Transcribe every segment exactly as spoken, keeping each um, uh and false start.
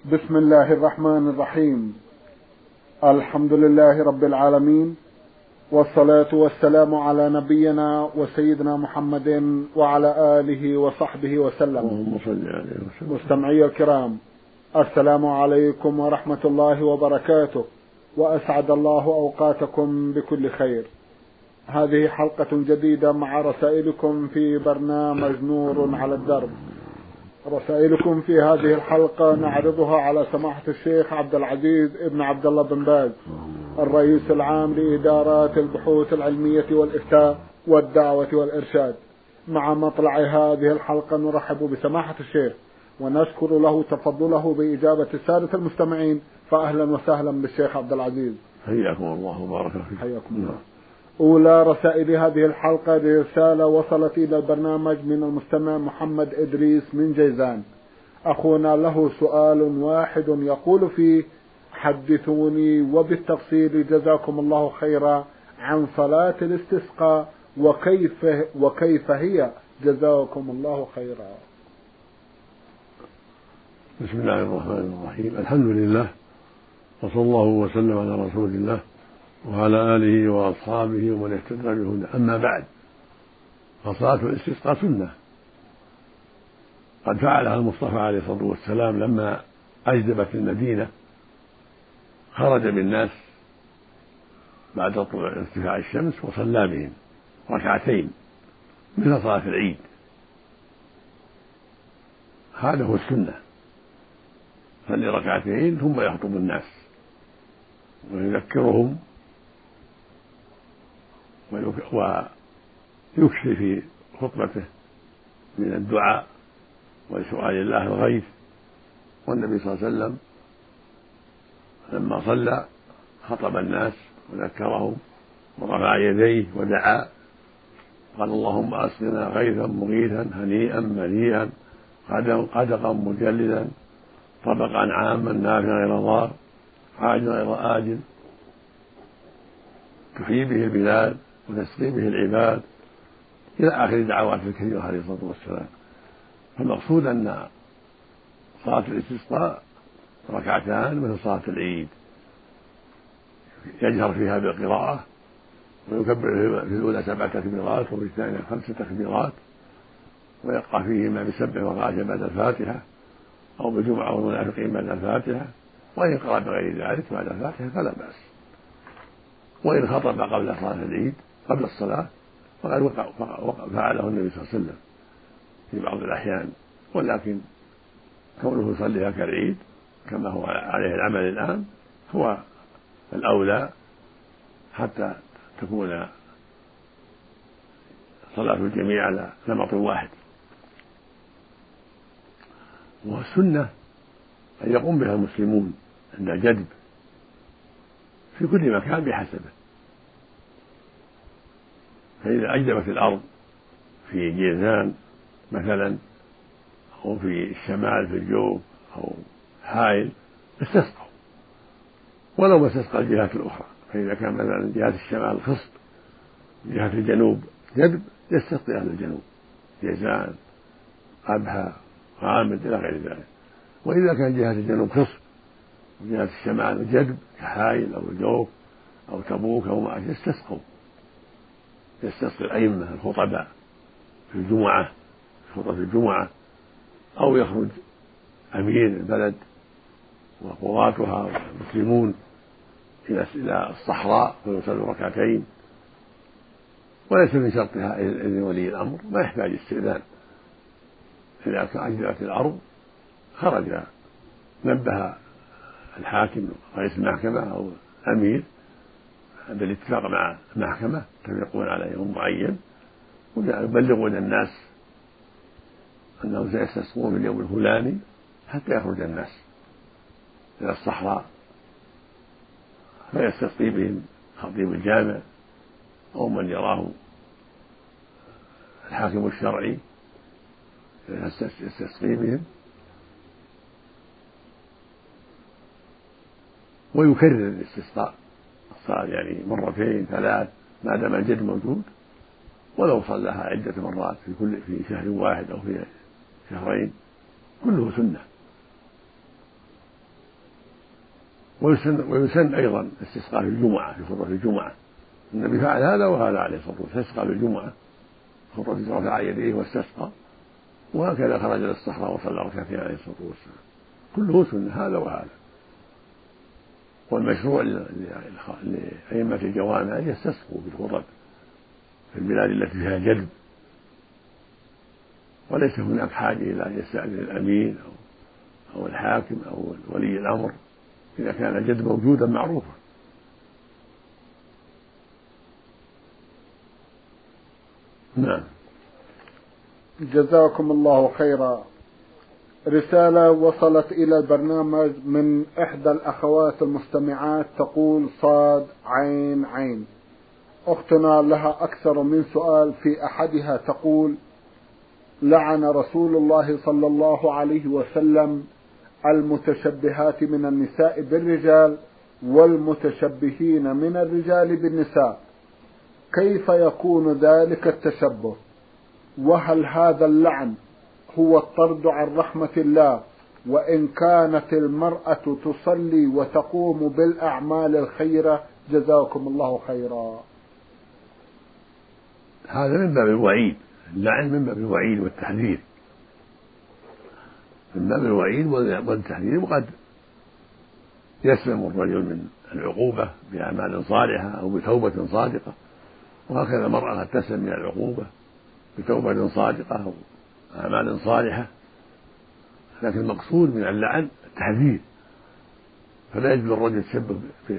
بسم الله الرحمن الرحيم. الحمد لله رب العالمين، والصلاة والسلام على نبينا وسيدنا محمد وعلى آله وصحبه وسلم. اللهم صل عليه وسلم. مستمعي الكرام، السلام عليكم ورحمة الله وبركاته، وأسعد الله أوقاتكم بكل خير. هذه حلقة جديدة مع رسائلكم في برنامج نور على الدرب. رسائلكم في هذه الحلقة نعرضها على سماحة الشيخ عبد العزيز ابن عبد الله بن باز، الرئيس العام لإدارات البحوث العلمية والإفتاء والدعوة والإرشاد. مع مطلع هذه الحلقة نرحب بسماحة الشيخ ونشكر له تفضله بإجابة السادة المستمعين، فأهلا وسهلا بالشيخ عبد العزيز. حياكم الله وبارك فيكم. حياكم الله. أولى رسائل هذه الحلقة رسالة وصلت إلى البرنامج من المستمع محمد إدريس من جيزان. أخونا له سؤال واحد يقول فيه: حدثوني وبالتفصيل جزاكم الله خيرا عن صلاة الاستسقاء وكيف وكيف هي جزاكم الله خيرا. بسم الله الرحمن الرحيم. الحمد لله، وصلى الله وسلم على رسول الله وعلى آله وأصحابه ومن اهتدى بهداه. أما بعد، فصلاة الاستسقاء سنة قد فعلها المصطفى عليه الصلاة والسلام لما أجدبت المدينة، خرج بالناس بعد طلوع ارتفاع الشمس وصلى بهم ركعتين مثل صلاة العيد. هذا هو السنة، صلي ركعتين ثم يخطب الناس ويذكرهم ويكثر في خطبته من الدعاء وسؤال الله الغيث. والنبي صلى الله عليه وسلم لما صلى خطب الناس وذكرهم ورفع يديه ودعا، قال: اللهم أسقنا غيثا مغيثا هنيئا مريئا قدقا مجلدا طبقا عاما نافعا غير ضار عاجلا غير آجل تحيي به البلاد وتسقي به العباد، إلى آخر دعوات الكريمة عليه الصلاة والسلام. فالمقصود أن صلاة الاستسقاء ركعتان مثل صلاة العيد، يجهر فيها بالقراءة ويكبر في الأولى سبع تكبيرات وفي الثانية خمس تكبيرات، ويقرأ فيهما بسبح وغاشية بعد الفاتحة أو بجمعة والمنافقين بعد الفاتحة، وإن قرأ بغير ذلك بعد الفاتحة فلا بأس. وإن خطب قبل صلاة العيد قبل الصلاة فقد فعله النبي صلى الله عليه وسلم في بعض الأحيان، ولكن كونه يصليها كالعيد كما هو عليه العمل الآن هو الأولى، حتى تكون صلاة الجميع على نمط واحد. والسنة أن يقوم بها المسلمون عند جدب في كل مكان بحسبه. فإذا أجدبت الأرض في جيزان مثلا أو في الشمال في الجوف أو حائل استسقوا، ولو ما استسقى الجهات الأخرى. فإذا كان مثلا جهة الشمال خصب، جهة الجنوب جدب، يستسقي أهل الجنوب جيزان أبها غامد إلى غير ذلك. وإذا كان جهة الجنوب خصب وجهة الشمال جدب كحائل أو الجوف أو تبوك أو ما يستسقوا، يستسقي الأئمة الخطباء في الجمعة خطبة الجمعة، أو يخرج أمير البلد وقضاتها والمسلمون إلى الصحراء ويصلوا ركعتين. وليس من شرطها إذن ولي الأمر، ما يحتاج استئذان. إذا أجدبت الأرض خرج نبه الحاكم رئيس المحكمة أو أمير بالاتفاق مع المحكمة يتفقون على يوم معين ويبلغون الناس أنهم سيستسقون في اليوم الفلاني حتى يخرج الناس إلى الصحراء، فيستسقي بهم خطيب الجامع أو من يراه الحاكم الشرعي يستسقي بهم، ويكرر الاستسقاء الصلاة يعني مرتين ثلاث ما دام الجد موجود، ولو صلىها عدة مرات في كل في شهر واحد أو في شهرين كله سنة. ويسن, ويسن أيضا استسقاء في الجمعة في خطبة الجمعة. النبي فعل هذا وهذا عليه الصلاة والسلام، استسقى في الجمعة خطبة رفع يديه واستسقى، وهكذا خرج إلى الصحراء وصلى ركعتين عليه الصلاة والسلام. كله سنة هذا وهذا. والمشروع لأئمة الجوامع أن يستسقوا بالخطب في البلاد التي فيها جدب، وليس هناك حاجة إلى أن يستأذن الأمين أو أو الحاكم أو ولي الأمر إذا كان الجدب موجودا معروفا. نعم. جزاكم الله خيرا. رسالة وصلت إلى البرنامج من إحدى الأخوات المستمعات تقول: صاد عين عين. أختنا لها أكثر من سؤال، في أحدها تقول: لعن رسول الله صلى الله عليه وسلم المتشبهات من النساء بالرجال والمتشبهين من الرجال بالنساء، كيف يكون ذلك التشبه؟ وهل هذا اللعن هو الطرد عن رحمة الله وإن كانت المرأة تصلي وتقوم بالأعمال الخيرة؟ جزاكم الله خيرا. هذا من باب الوعيد، اللعن من باب الوعيد والتحذير، من باب الوعيد والتحذير. وقد يسلم الرجل من العقوبة بأعمال صالحة أو بتوبة صادقة، وهكذا المرأة قد تسلم من العقوبة بتوبة صادقة أو أعمال صالحة. لكن المقصود من اللعن التحذير، فلا يجوز الرجل يتشبه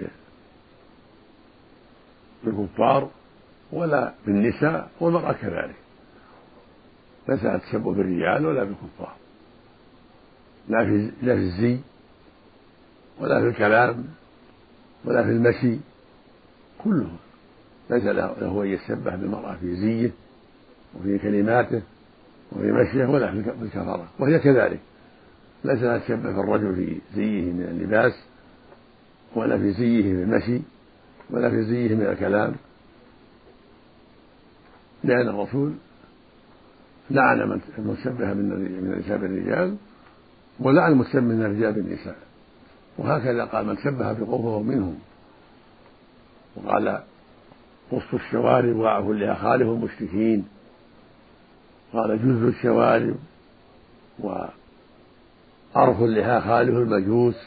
بالكفار ولا بالنساء، والمرأة كذلك ليس لها تشبه بالرجال ولا بالكفار، لا في لا في الزي ولا في الكلام ولا في المشي، كله ليس له أن يتشبه بالمرأة في زيه وفي كلماته وفي مشيه ولا في الكفارة، وهي كذلك ليس لها تشبه بالرجل في زيه من اللباس ولا في زيه في المشي ولا في زيه من الكلام، لأن الرسول لعن من شبه من النساء بالرجال ولعن المتشبه من الرجال بالنساء، وهكذا قال: من شبه بقوم فهو منهم. وقال: قص الشوارب واعفوا لها خالف المشركين. قال: جز الشوارب وأرف لها خالف المجوس.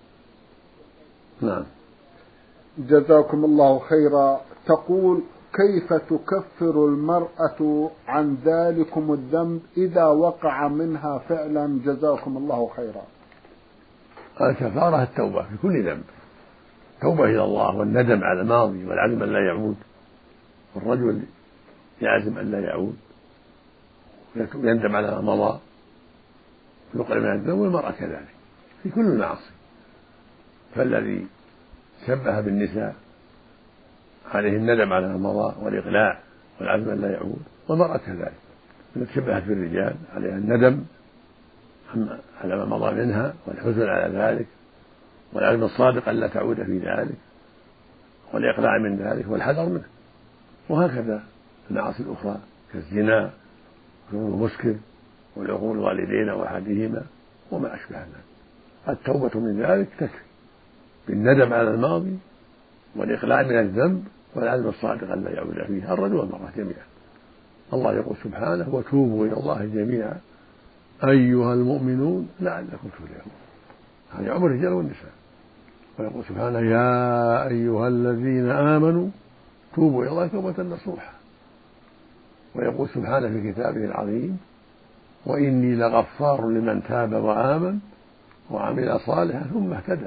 نعم. جزاكم الله خيرا. تقول: كيف تكفر المرأة عن ذلكم الذنب إذا وقع منها فعلا؟ جزاكم الله خيرا. الكفارة التوبة في كل ذنب، توبة إلى الله والندم على الماضي والعزم أن لا يعود. الرجل يعزم أن لا يعود ويندم على ما مضى يقع من الذنب، والمرأة كذلك في كل المعاصي. فالذي شبه بالنساء عليه الندم على ما مضى والإقلاع والعزم أن لا يعود، والمرأة كذلك التي شبهت بالرجال عليها الندم على ما مضى منها والحزن على ذلك والعزم الصادق أن لا تعود في ذلك والإقلاع من ذلك والحذر منه. وهكذا المعاصي الأخرى كالزنا والمسكر والعقوق الوالدين وأحدهما وما أشبه ذلك. التوبة من ذلك تكفي بالندم على الماضي والإقلاع من الذنب والعزم الصادق أن لا يعود فيه الرجل والمرأة جميعا. الله يقول سبحانه: وتوبوا إلى الله جميعا أيها المؤمنون لعلكم تفلحون. هذا يعم الرجال والنساء. ويقول سبحانه: يا أيها الذين آمنوا توبوا إلى الله توبة نصوحا. ويقول سبحانه في كتابه العظيم: وإني لغفار لمن تاب وآمن وعمل صالحا ثم اهتدى.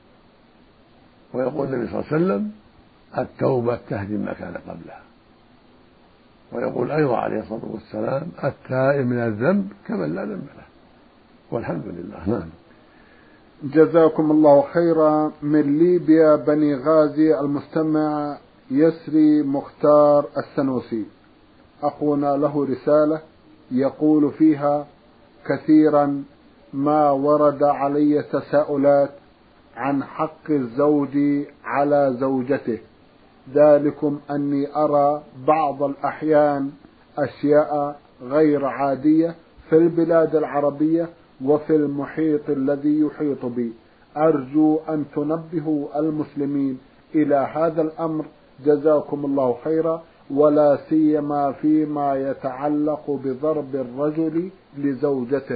ويقول النبي صلى الله عليه وسلم: التوبة تهدم ما كان قبلها. ويقول أيضا عليه الصلاة والسلام: التائب من الذنب كمن لا ذنب له. والحمد لله. نعم. جزاكم الله خيرا. من ليبيا بني غازي المستمع يسري مختار السنوسي، أخونا له رسالة يقول فيها: كثيرا ما ورد علي تساؤلات عن حق الزوج على زوجته، ذلكم أني أرى بعض الأحيان أشياء غير عادية في البلاد العربية وفي المحيط الذي يحيط بي. أرجو أن تنبهوا المسلمين إلى هذا الأمر جزاكم الله خيرا، ولا سيما فيما يتعلق بضرب الرجل لزوجته.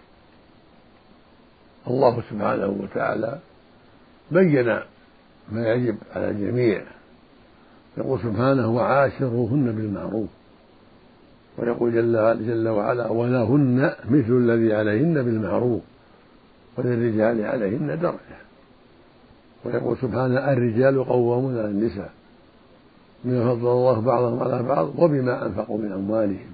الله سبحانه وتعالى بين ما يجب على الجميع، يقول سبحانه وعاشروهن بالمعروف، ويقول جل, جل وعلا ولهن مثل الذي عليهن بالمعروف وللرجال عليهن درجة، ويقول سبحانه الرجال قوامون على النساء بما فضل الله بعضهم على بعض وبما أنفقوا من أموالهم،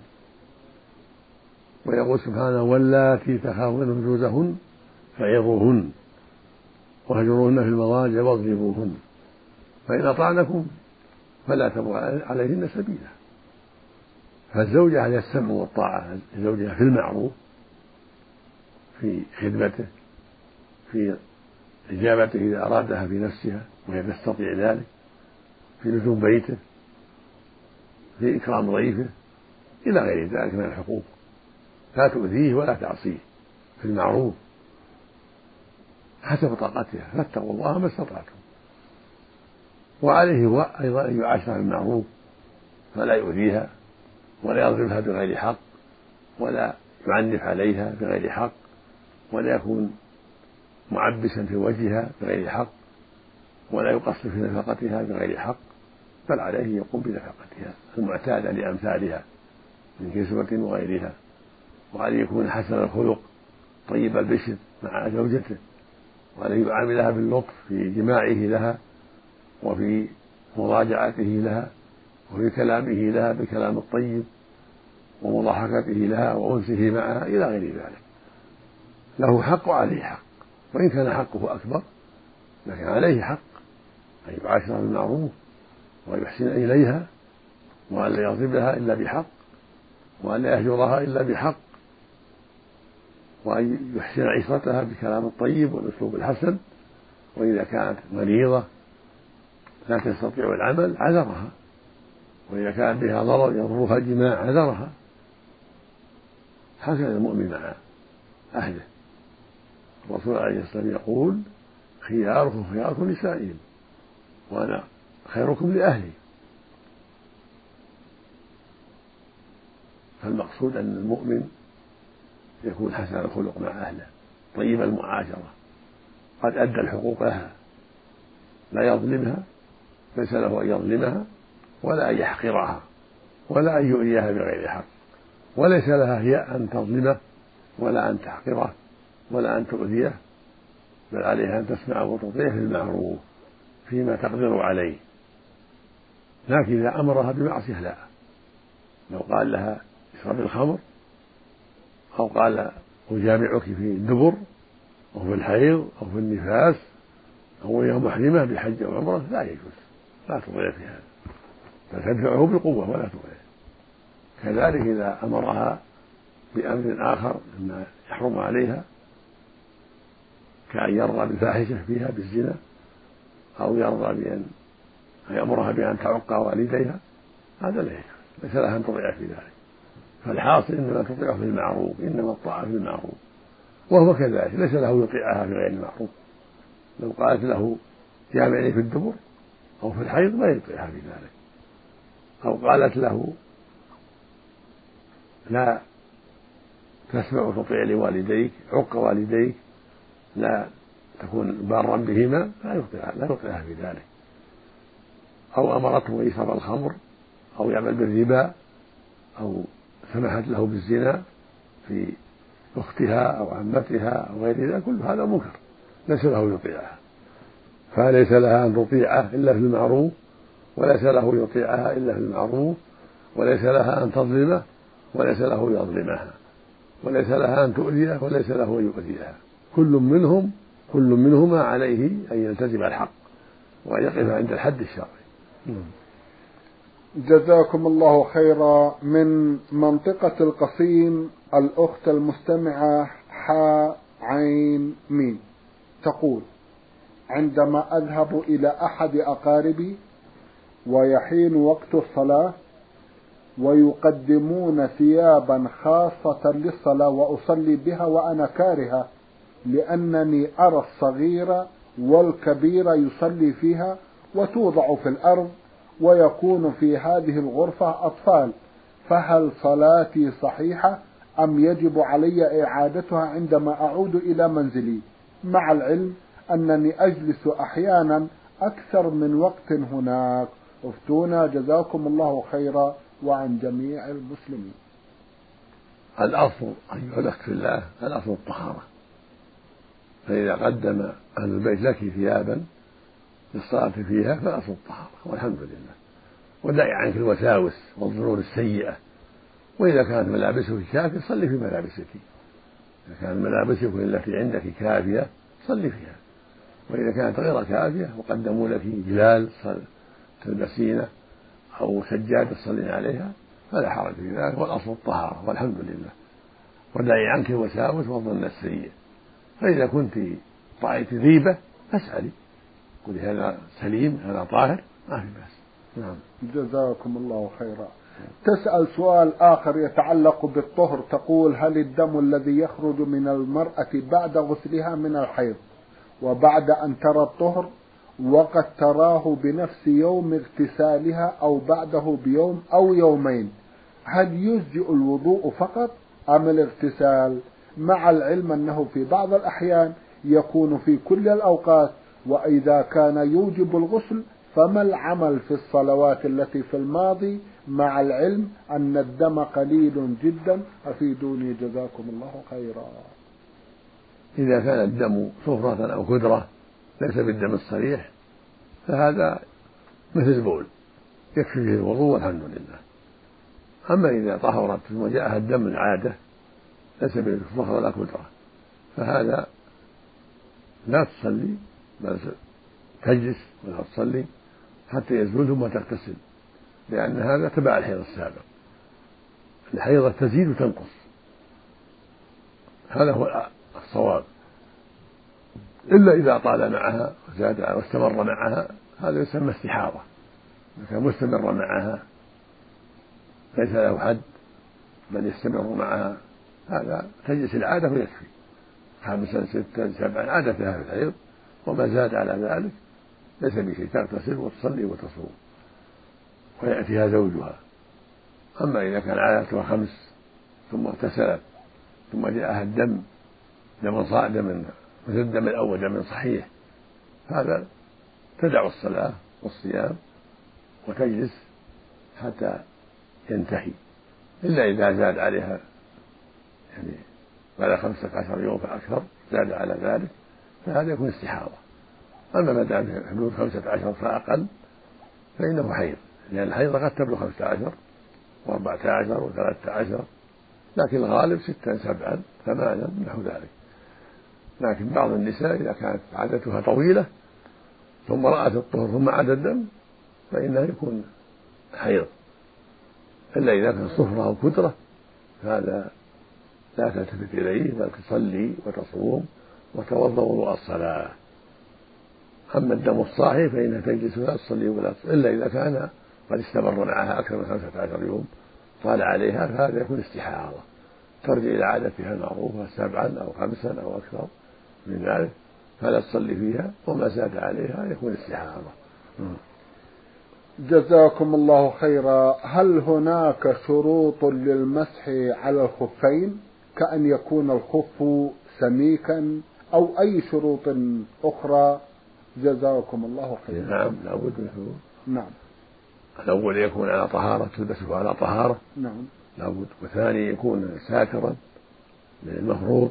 ويقول سبحانه واللاتي تخافون نشوزهن فعظوهن واهجروهن في المضاجع واضربوهن فإن أطعنكم فلا تبغوا عليهن سبيلا. فالزوجة عليها السمع والطاعة لزوجها في المعروف، في خدمته، في إجابته إذا أرادها في نفسها وهي تستطيع ذلك، في لزوم بيته، في إكرام ضيفه، إلى غير ذلك من الحقوق، لا تؤذيه ولا تعصيه في المعروف حسب طاقتها، فاتقوا الله ما استطعتم. وعليه هو أيضا أن يعاشرها بالمعروف، فلا يؤذيها ولا يضربها بغير حق ولا يعنف عليها بغير حق ولا يكون معبسا في وجهها بغير حق ولا يقصر في نفقتها بغير حق، بل عليه يقوم بنفقتها المعتادة لأمثالها من كسوة وغيرها، وعليه يكون حسن الخلق طيب البشر مع زوجته، وعليه يعاملها باللطف في جماعه لها وفي مراجعته لها وفي كلامه لها بالكلام الطيب ومضاحكته لها وأنسه معها إلى غير ذلك. له حق وعليه حق، وإن كان حقه أكبر لكن عليه حق أن يعاشرها بالمعروف وأن يحسن إليها وأن لا يضربها إلا بحق وأن لا يهجرها إلا بحق وأن يحسن عشرتها بالكلام الطيب والأسلوب الحسن، وإذا كانت مريضة لا تستطيع العمل عذرها، وإذا كان بها ضرر يضرها الجماع عذرها. هكذا المؤمن مع أهله. الرسول عليه الصلاة والسلام يقول خياركم خياركم لسائهم وأنا خيركم لأهلي. فالمقصود أن المؤمن يكون حسن الخلق مع أهله طيب المعاشرة، قد أدى الحقوق لها، لا يظلمها، ليس له أن يظلمها ولا أن يحقرها ولا أن يؤذيها بغير حق، وليس لها هي أن تظلمه ولا أن تحقره ولا أن تؤذيه، بل عليها أن تسمع وتطيع في المعروف فيما تقدر عليه. لكن إذا أمرها بمعصية لا، لو قال لها اشرب الخمر أو قال أجامعك في الدبر أو في الحيض أو في النفاس أو وهي محرمة بحج أو عمرة لا يجوز، لا تطيع في هذا، فتدفعه بقوة ولا تطيع. كذلك إذا أمرها بأمر آخر مما يحرم عليها كأن يرضى بالفاحشة فيها بالزنا أو يرضى بأن يأمرها بأن تعق والديها، هذا لا يجوز، ليس لها أن تطيع في ذلك. فالحاصل إنما تطيع في المعروف، إنما الطاعة في المعروف، وهو كذلك ليس له يطيعها في غير المعروف. لو قالت له جامعني في الدبر أو في الحيض ما يطيعها في ذلك، أو قالت له لا تسمع وتطيع لوالديك عق والديك لا تكون بارا بهما لا يطيعها لا يطيعها في ذلك، أو أمرته أن يشرب الخمر أو يعمل بالربا أو سمحت له بالزنا في أختها أو عمتها أو غير ذلك، كل هذا منكر ليس له يطيعها، فليس لها أن تطيعه إلا في المعروف، وليس له يطيعها إلا في المعروف، وليس لها أن تظلمه وليس له يظلمها، وليس لها أن تؤذيه وليس له أن يؤذيها. كل منهم كل منهما عليه أن يلتزم الحق وأن يقف عند الحد الشرعي. جزاكم الله خيرا. من منطقة القصيم الأخت المستمعة حاء عين ميم تقول: عندما أذهب إلى أحد أقاربي ويحين وقت الصلاة ويقدمون ثيابا خاصة للصلاة وأصلي بها وأنا كارهة لأنني أرى الصغير والكبير يصلي فيها وتوضع في الأرض ويكون في هذه الغرفة أطفال، فهل صلاتي صحيحة أم يجب علي إعادتها عندما أعود إلى منزلي، مع العلم أنني أجلس أحيانا أكثر من وقت هناك؟ افتونا جزاكم الله خيرا وعن جميع المسلمين. الأصل أيها الأخ في الله الأصل الطهارة، فإذا قدم أهل البيت لك ثيابا للصلاة فيها فالأصل الطهارة والحمد لله، ودعي عنك الوساوس والظنون السيئة. وإذا كانت ملابسك كافية صلي في ملابسك، إذا كانت ملابسك التي عندك كافية صلي فيها، وإذا كانت غير كافية وقدموا لك جلال تلبسينه أو سجادة تصلين عليها فلا حرج في ذلك، والأصل الطهارة والحمد لله، ودعي عنك الوساوس والظن السيء. فإذا كنت رأيت ريبة فاسألي، قولي هذا سليم هذا طاهر ما في بأس. نعم. جزاكم الله خيرا. تسأل سؤال آخر يتعلق بالطهر، تقول: هل الدم الذي يخرج من المرأة بعد غسلها من الحيض وبعد أن ترى الطهر وقد تراه بنفس يوم اغتسالها أو بعده بيوم أو يومين، هل يجزئ الوضوء فقط أم الاغتسال، مع العلم أنه في بعض الأحيان يكون في كل الأوقات؟ وإذا كان يوجب الغسل فما العمل في الصلوات التي في الماضي، مع العلم أن الدم قليل جدا؟ أفيدوني جزاكم الله خيرا. إذا كان الدم صفرة أو كدرة ليس بالدم الصريح فهذا مثل البول يكفي فيه الوضوء والحمد لله. أما إذا طهرت ثم جاءها الدم العادة ليس بالصفرة ولا كدرة فهذا لا تصلي بل تجلس ولا تصلي حتى يزول ثم تغتسل، لأن هذا تبع الحيض السابق. الحيضة تزيد وتنقص، هذا هو الصواب، إلا إذا طال معها وزاد واستمر معها هذا يسمى استحاضة. إذا كان مستمر معها ليس له حد بل يستمر معها هذا تجلس العادة ويكفي، خمسا ستا سبعا عادتها في الحيض، وما زاد على ذلك ليس بشيء، تغتسل وتصلي وتصوم ويأتيها زوجها. أما إذا كان عادتها خمس ثم اغتسلت ثم جاءها الدم دم صاع دم مثل الدم الأول دم صحيح هذا تدع الصلاة والصيام وتجلس حتى ينتهي، إلا إذا زاد عليها يعني بعد خمسة عشر يوم فأكثر زاد على ذلك فهذا يكون استحاضة. أما ما دام في حدود خمسة عشر فأقل فإنه حيض، لأن الحيض قد تبلغ خمسة عشر وأربعة عشر وثلاثة عشر، لكن الغالب ستا سبعا ثمانا نحو ذلك. لكن بعض النساء إذا كانت عادتها طويلة ثم رأت الطهر ثم عاد الدم فإنه يكون حيض، إلا إذا كان صفرة أو كدرة فهذا لا تلتفت إليه بل تصلي وتصوم وتوضأ وضوء الصلاة. أما الدم الصاحي فإنها تجلس ولا تصلي ولا تصلي إلا إذا كان قد استمر معها أكثر من خمسة عشر يوم طال عليها فهذا يكون استحاضة، ترجع إلى عادتها المعروفة سبعا أو خمسا أو أكثر من ذلك فلا تصلي فيها، وما زاد عليها يكون استحاضة. جزاكم الله خيرا. هل هناك شروط للمسح على الخفين كأن يكون الخف سميكا أو أي شروط أخرى؟ جزاكم الله خيرا. نعم لابد من شروط. نعم. الأول يكون على طهارة، تلبسه على طهارة. نعم. لابد. وثاني يكون ساترا من المفروض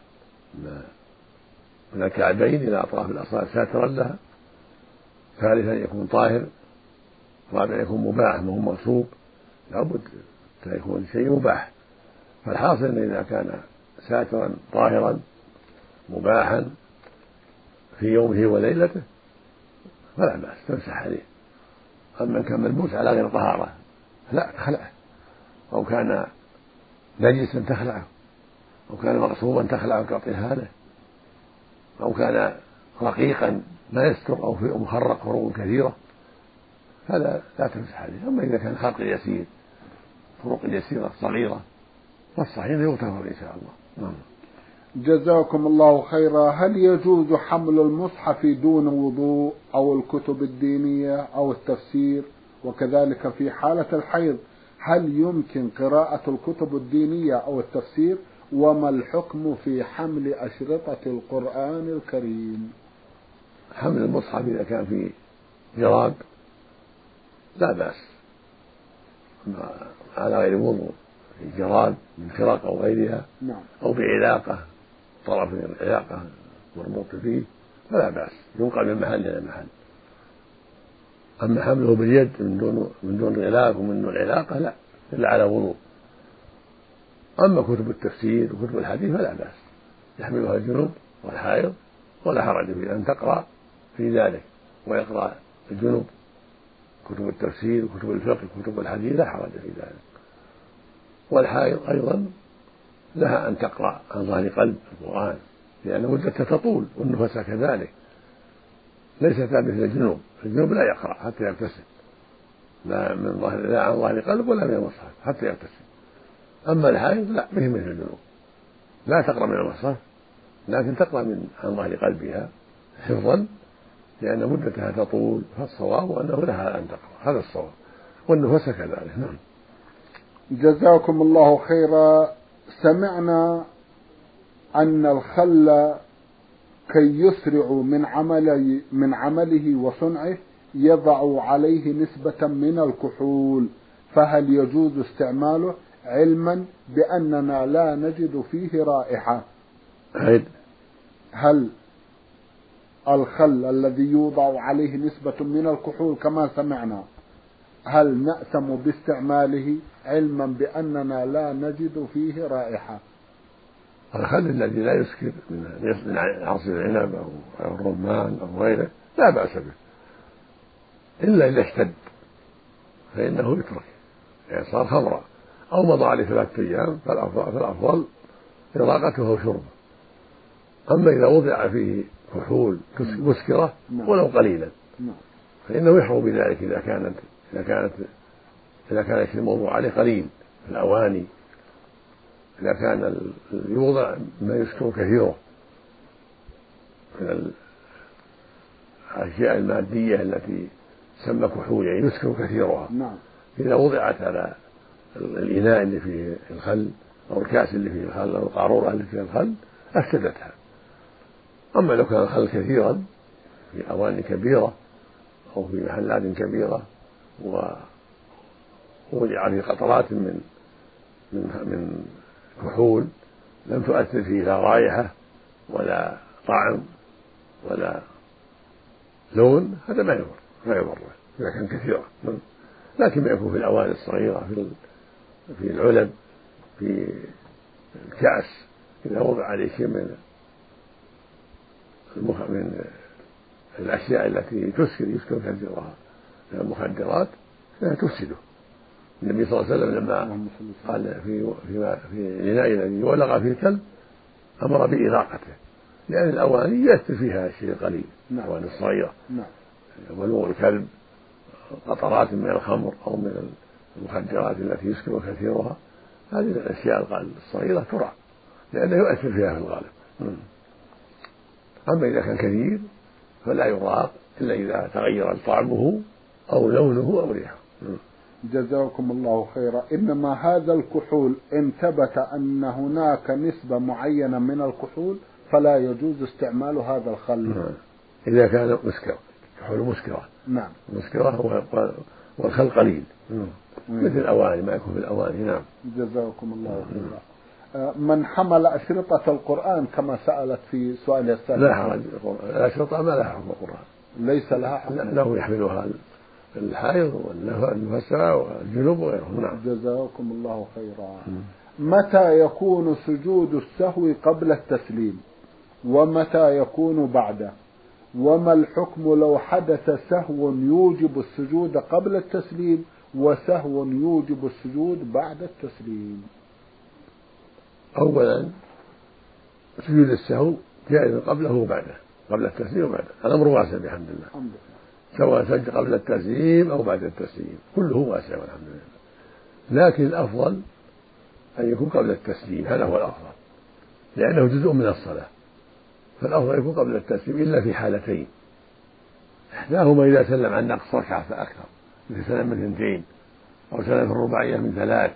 من الكعبين إلى أطراف الأصابع ساترا لها. ثالثا يكون طاهر. رابعا يكون مباح وهو مغصوب، لابد أن يكون شيء مباح. فالحاصل أن إذا كان ساترا طاهرا مباحا في يومه وليلته فلا بأس تمسح عليه. أما كان ملبوس على غير طهارة لا تخلعه، أو كان نجسا تخلعه، أو كان مغصوبا تخلعه وتعطيه هذا، أو كان رقيقا ما يستر أو في مخرق فروق كثيرة هذا لا تمسح عليه. أما إذا كان خرق يسير فروق يسيرة صغيرة فالصحيح يغتفر إن شاء الله. جزاكم الله خيرا. هل يجوز حمل المصحف دون وضوء أو الكتب الدينية أو التفسير؟ وكذلك في حالة الحيض هل يمكن قراءة الكتب الدينية أو التفسير؟ وما الحكم في حمل أشرطة القرآن الكريم؟ حمل المصحف إذا كان في جراب لا بأس على غير وضوء، في جراب من خرق أو غيرها، نعم. أو بعلاقة طرف العلاقة مربوط فيه فلا بأس، ينقل من محل إلى محل. أما حمله باليد من دون من دون غلاف ومن دون علاقة لا، إلا على وضوء. أما كتب التفسير وكتب الحديث فلا بأس، يحملها الجنوب والحائض ولا حرج في أن تقرأ في ذلك، ويقرأ الجنوب كتب التفسير وكتب الفقه وكتب الحديث لا حرج في ذلك. والحائض أيضا لها أن تقرأ عن ظهر قلب القرآن، لأن مدتها تطول، والنفس كذلك ليست مثل الجنوب. الجنوب لا يقرأ حتى يغتسل، لا من ظهر لا عن ظهر قلب ولا من المصحف حتى يغتسل. أما الحائض لا، به مثل الجنوب، لا تقرأ من المصحف لكن تقرأ من عن ظهر قلبها حفظا، لأن مدتها تطول، فالصواب أنه لها أن تقرأ، هذا الصواب، والنفس كذلك. نعم. جزاكم الله خيرا. سمعنا أن الخل كي يسرع من عمل من عمله وصنعه يضع عليه نسبة من الكحول، فهل يجوز استعماله علما بأننا لا نجد فيه رائحة؟ هل الخل الذي يوضع عليه نسبة من الكحول كما سمعنا هل نأثم باستعماله علما بأننا لا نجد فيه رائحة؟ الخل الذي لا يسكر من عصير العنب أو الرمان أو غيره لا بأس به، إلا إذا اشتد فإنه يترك، يعني صار خمرا أو مضى عليه ثلاثة أيام فالأفضل إراقته وشربه. أما إذا وضع فيه كحول مسكرة ولو قليلا فإنه يحرم بذلك إذا كانت إذا كانت إذا كان الموضوع عليه قليل في الأواني، إذا كان يوضع ما يسكر كثيره من الأشياء المادية التي تسمى كحول، يعني يسكر كثيرها، إذا وضعت على الإناء اللي فيه الخل أو الكأس اللي فيه الخل أو القارورة اللي فيها الخل أفسدتها. أما لو كان الخل كثيرا في أواني كبيرة أو في محلات كبيرة ووضع فيه قطرات من من من كحول لم تؤثر فيه لا رائحة ولا طعم ولا لون، هذا ما يضر ما يضر إذا كان كثيرا. لكن ما يكون في الأواني الصغيرة في في العلب في الكأس إذا وضع عليه شيء من من الأشياء التي تسكر يسكر كثيرها من المخدرات فإنها تفسده. النبي صلى الله عليه وسلم لما قال في في في الإناء الذي ولغ فيه الكلب أمر بإراقته، لأن الأواني يأثر فيها شيء قليل، الأواني الصغيرة ولوغ الكلب قطرات من الخمر أو من المخدرات التي يسكر كثيرها، هذه الأشياء الصغيرة ترى لأنه يؤثر فيها في الغالب. أما إذا كان كثير فلا يراق إلا إذا تغير طعمه أو لونه أو ريحه. جزاكم الله خيرا. إنما هذا الكحول إن ثبت أن هناك نسبة معينة من الكحول فلا يجوز استعمال هذا الخل إذا كان مسكر، كحول مسكرة. نعم. مسكرة والخل قليل مثل الأواني ما يكون في الأواني. نعم. جزاكم الله خيرا. من حمل أشرطة القرآن كما سألت في سؤال السابق لا حرج، الأشرطة ما لها حكم القرآن، ليس لها حكم، له يحملها الحائض والنفساء والجنوب وغيرهم. نعم. جزاكم الله خيرا. متى يكون سجود السهو قبل التسليم ومتى يكون بعده؟ وما الحكم لو حدث سهو يوجب السجود قبل التسليم وسهو يوجب السجود بعد التسليم؟ أولا سجود السهو جائز قبله وبعده، قبل التسليم وبعده، الأمر واسع بحمد الله، سواء سجد قبل التسليم أو بعد التسليم كله واسع والحمد لله. لكن الأفضل أن يكون قبل التسليم، هذا هو الأفضل، لأنه جزء من الصلاة، فالأفضل يكون قبل التسليم إلا في حالتين: إحداهما إذا سلم عن نقص ركعة فأكثر، مثل سلم من اثنتين أو سلم في الرباعية من ثلاث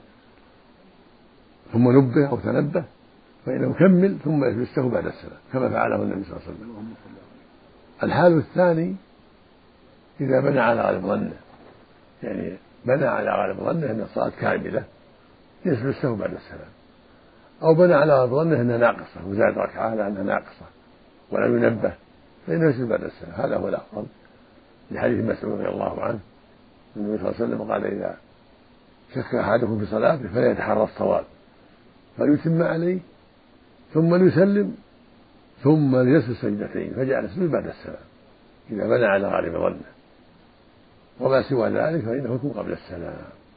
ثم نبه أو تنبه، فإنه يكمل ثم يجلسه بعد السلام كما فعله النبي صلى الله عليه وسلم. الحال الثاني إذا بنى على غالب ظنه، يعني بنى على غالب ظنه أن الصلاة كاملة يجلسه بعد السلام، أو بنى على غالب ظنه أنها ناقصة وزاد ركعة على أنها ناقصة ولا ينبه، فإنه يجلس بعد السلام. هذا هو الأفضل، لحديث مسعود رضي الله عنه النبي صلى الله عليه وسلم قال: إذا شك أحدكم في صلاته فليتحرى الصواب فليتم عليه ثم ليسلم ثم ليسجد سجدتين، فجعل السجود بعد السلام إذا بنى على غالب ظنه، وما سوى ذلك فإنه يكون قبل السلام.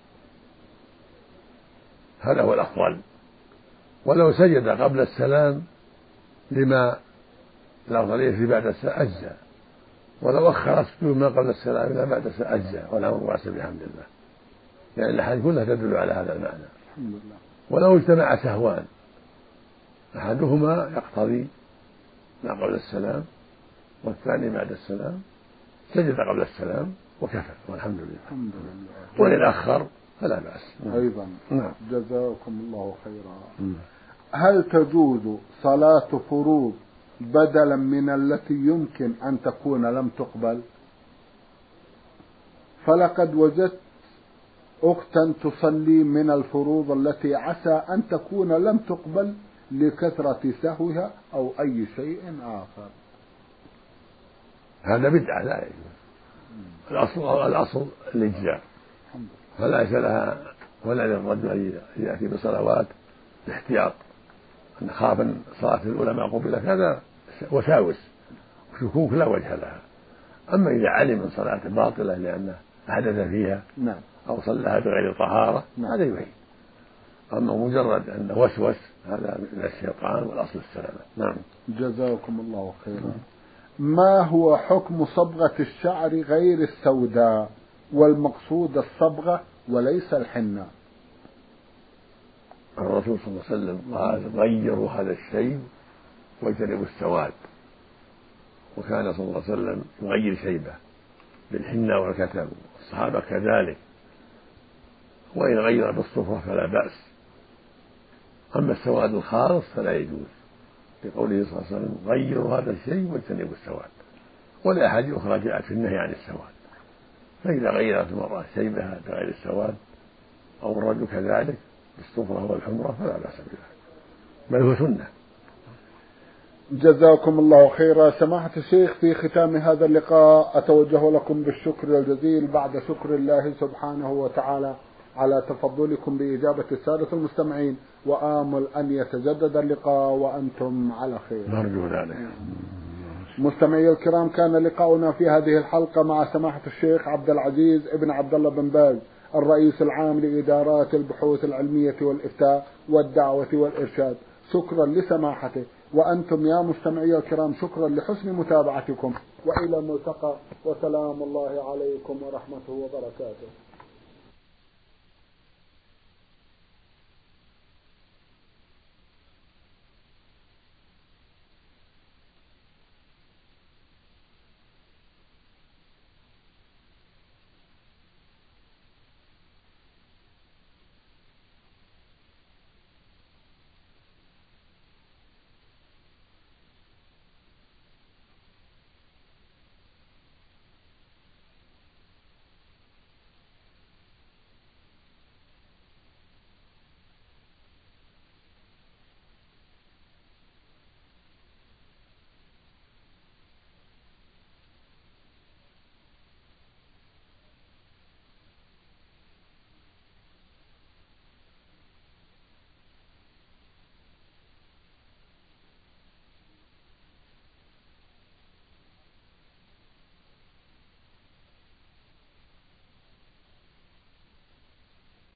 هذا هو الأفضل. ولو سجد قبل السلام لما الأفضلية في بعد السلام أجزاء، ولو أخر السجود ما قبل السلام إلى بعد السلام أجزاء، والأمر واسع بحمد الله، لأن يعني الأحاديث كلها تدل على هذا المعنى. الحمد لله. ولو اجتمع سهوان أحدهما يقتضي ما قبل السلام والثاني بعد السلام، سجد قبل السلام وكفى والحمد لله. الحمد لله. وإن أخر فلا بأس. أيضا. نعم. جزاكم الله خيرا. م. هل تجوز صلاة فروض بدلا من التي يمكن أن تكون لم تقبل؟ فلقد وجدت أختا تصلي من الفروض التي عسى أن تكون لم تقبل لكثرة سهوها أو أي شيء آخر. هذا بدعة لا يجوز. الأصل الأصل الإجزاء، فليس لها ولا للرجل أن يأتي بصلوات باحتياط أن خاف أن صلاة الأولى ما قبلت، هذا وساوس وشكوك لا وجه لها. أما إذا علم من صلاة باطلة لأنه أحدث فيها نعم. أو صلىها بغير طهارة هذا يعيد. أما مجرد أن وسوس هذا من الشيطان، والأصل السلامة. نعم. جزاكم الله خيرا. ما هو حكم صبغة الشعر غير السوداء والمقصود الصبغة وليس الحنة؟ الرسول صلى الله عليه وسلم قال: غيروا هذا الشيء واجتنبوا السواد، وكان صلى الله عليه وسلم يغير شيبه بالحنة والكتم، الصحابة كذلك، وإن غير بالصفرة فلا بأس. أما السواد الخالص فلا يجوز، لقوله صلى الله عليه وسلم: غيروا هذا الشيء واجتنبوا السواد. والأحاديث أخرى جاءت في النهي عن السواد، فإذا غيرت المرأة شيبها بغير السواد أو الرجل كذلك بالصفرة والحمرة فلا بأس بها، بل هو سنة. جزاكم الله خيرا. سماحة الشيخ، في ختام هذا اللقاء أتوجه لكم بالشكر الجزيل بعد شكر الله سبحانه وتعالى على تفضلكم بإجابة السادة المستمعين، وآمل أن يتجدد اللقاء وأنتم على خير. نرجو ذلك. مستمعي الكرام، كان لقاؤنا في هذه الحلقة مع سماحة الشيخ عبد العزيز ابن عبد الله بن باز، الرئيس العام لإدارات البحوث العلمية والإفتاء والدعوة والإرشاد. شكرا لسماحته، وأنتم يا مستمعي الكرام شكرا لحسن متابعتكم، وإلى الملتقى، وسلام الله عليكم ورحمته وبركاته.